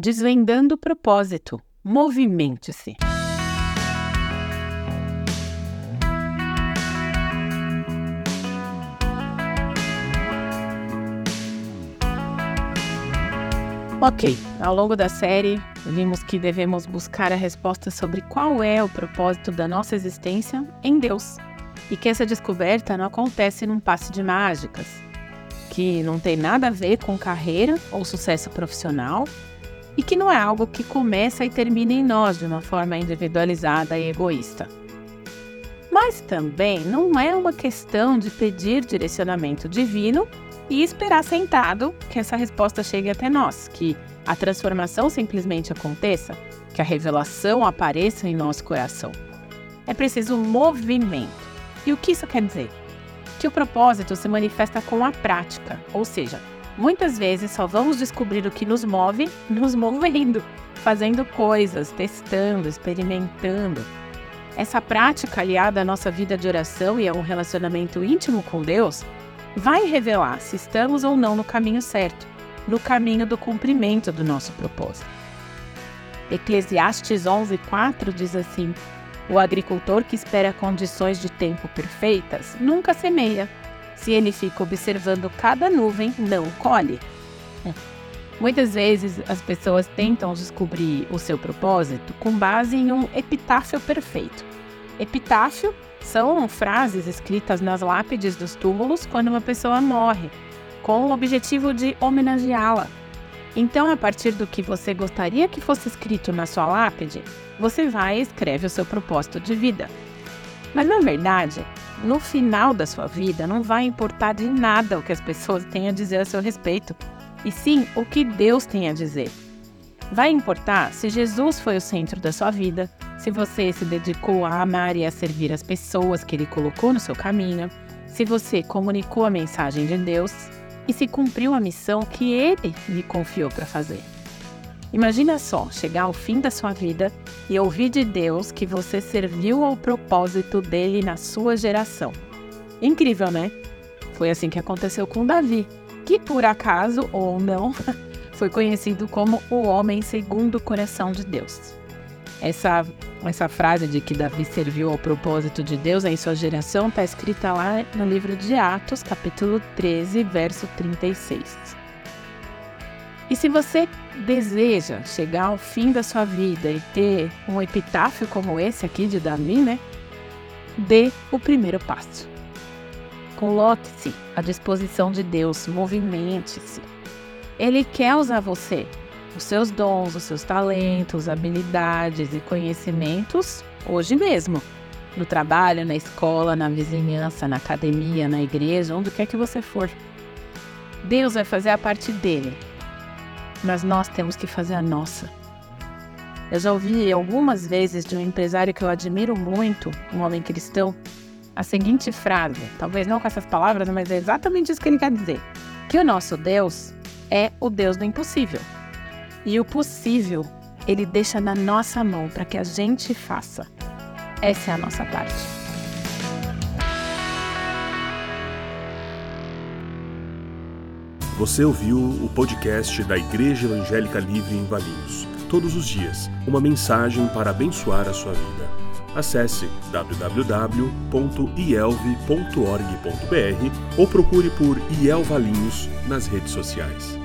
Desvendando o propósito. Movimente-se. Ok, ao longo da série, vimos que devemos buscar a resposta sobre qual é o propósito da nossa existência em Deus. E que essa descoberta não acontece num passe de mágicas, que não tem nada a ver com carreira ou sucesso profissional, e que não é algo que começa e termina em nós de uma forma individualizada e egoísta. Mas também não é uma questão de pedir direcionamento divino e esperar sentado que essa resposta chegue até nós, que a transformação simplesmente aconteça, que a revelação apareça em nosso coração. É preciso movimento. E o que isso quer dizer? Que o propósito se manifesta com a prática, ou seja, muitas vezes só vamos descobrir o que nos move nos movendo, fazendo coisas, testando, experimentando. Essa prática aliada à nossa vida de oração e a um relacionamento íntimo com Deus vai revelar se estamos ou não no caminho certo, no caminho do cumprimento do nosso propósito. Eclesiastes 11:4 diz assim: o agricultor que espera condições de tempo perfeitas nunca semeia. Se ele fica observando cada nuvem, não colhe. Muitas vezes as pessoas tentam descobrir o seu propósito com base em um epitáfio perfeito. Epitáfio são frases escritas nas lápides dos túmulos quando uma pessoa morre, com o objetivo de homenageá-la. Então, a partir do que você gostaria que fosse escrito na sua lápide, você vai e escreve o seu propósito de vida. Mas, na verdade, no final da sua vida, não vai importar de nada o que as pessoas têm a dizer a seu respeito, e sim o que Deus tem a dizer. Vai importar se Jesus foi o centro da sua vida, se você se dedicou a amar e a servir as pessoas que Ele colocou no seu caminho, se você comunicou a mensagem de Deus e se cumpriu a missão que Ele lhe confiou para fazer. Imagina só, chegar ao fim da sua vida e ouvir de Deus que você serviu ao propósito dele na sua geração. Incrível, né? Foi assim que aconteceu com Davi, que por acaso ou não foi conhecido como o homem segundo o coração de Deus. Essa frase de que Davi serviu ao propósito de Deus em sua geração está escrita lá no livro de Atos, capítulo 13, verso 36. E se você deseja chegar ao fim da sua vida e ter um epitáfio como esse aqui de Davi, né? Dê o primeiro passo. Coloque-se à disposição de Deus, movimente-se. Ele quer usar você, os seus dons, os seus talentos, habilidades e conhecimentos, hoje mesmo. No trabalho, na escola, na vizinhança, na academia, na igreja, onde quer que você for. Deus vai fazer a parte dele, mas nós temos que fazer a nossa. Eu já ouvi algumas vezes de um empresário que eu admiro muito, um homem cristão, a seguinte frase, talvez não com essas palavras, mas é exatamente isso que ele quer dizer, que o nosso Deus é o Deus do impossível. E o possível, ele deixa na nossa mão para que a gente faça. Essa é a nossa parte. Você ouviu o podcast da Igreja Evangélica Livre em Valinhos. Todos os dias, uma mensagem para abençoar a sua vida. Acesse www.ielve.org.br ou procure por IEL Valinhos nas redes sociais.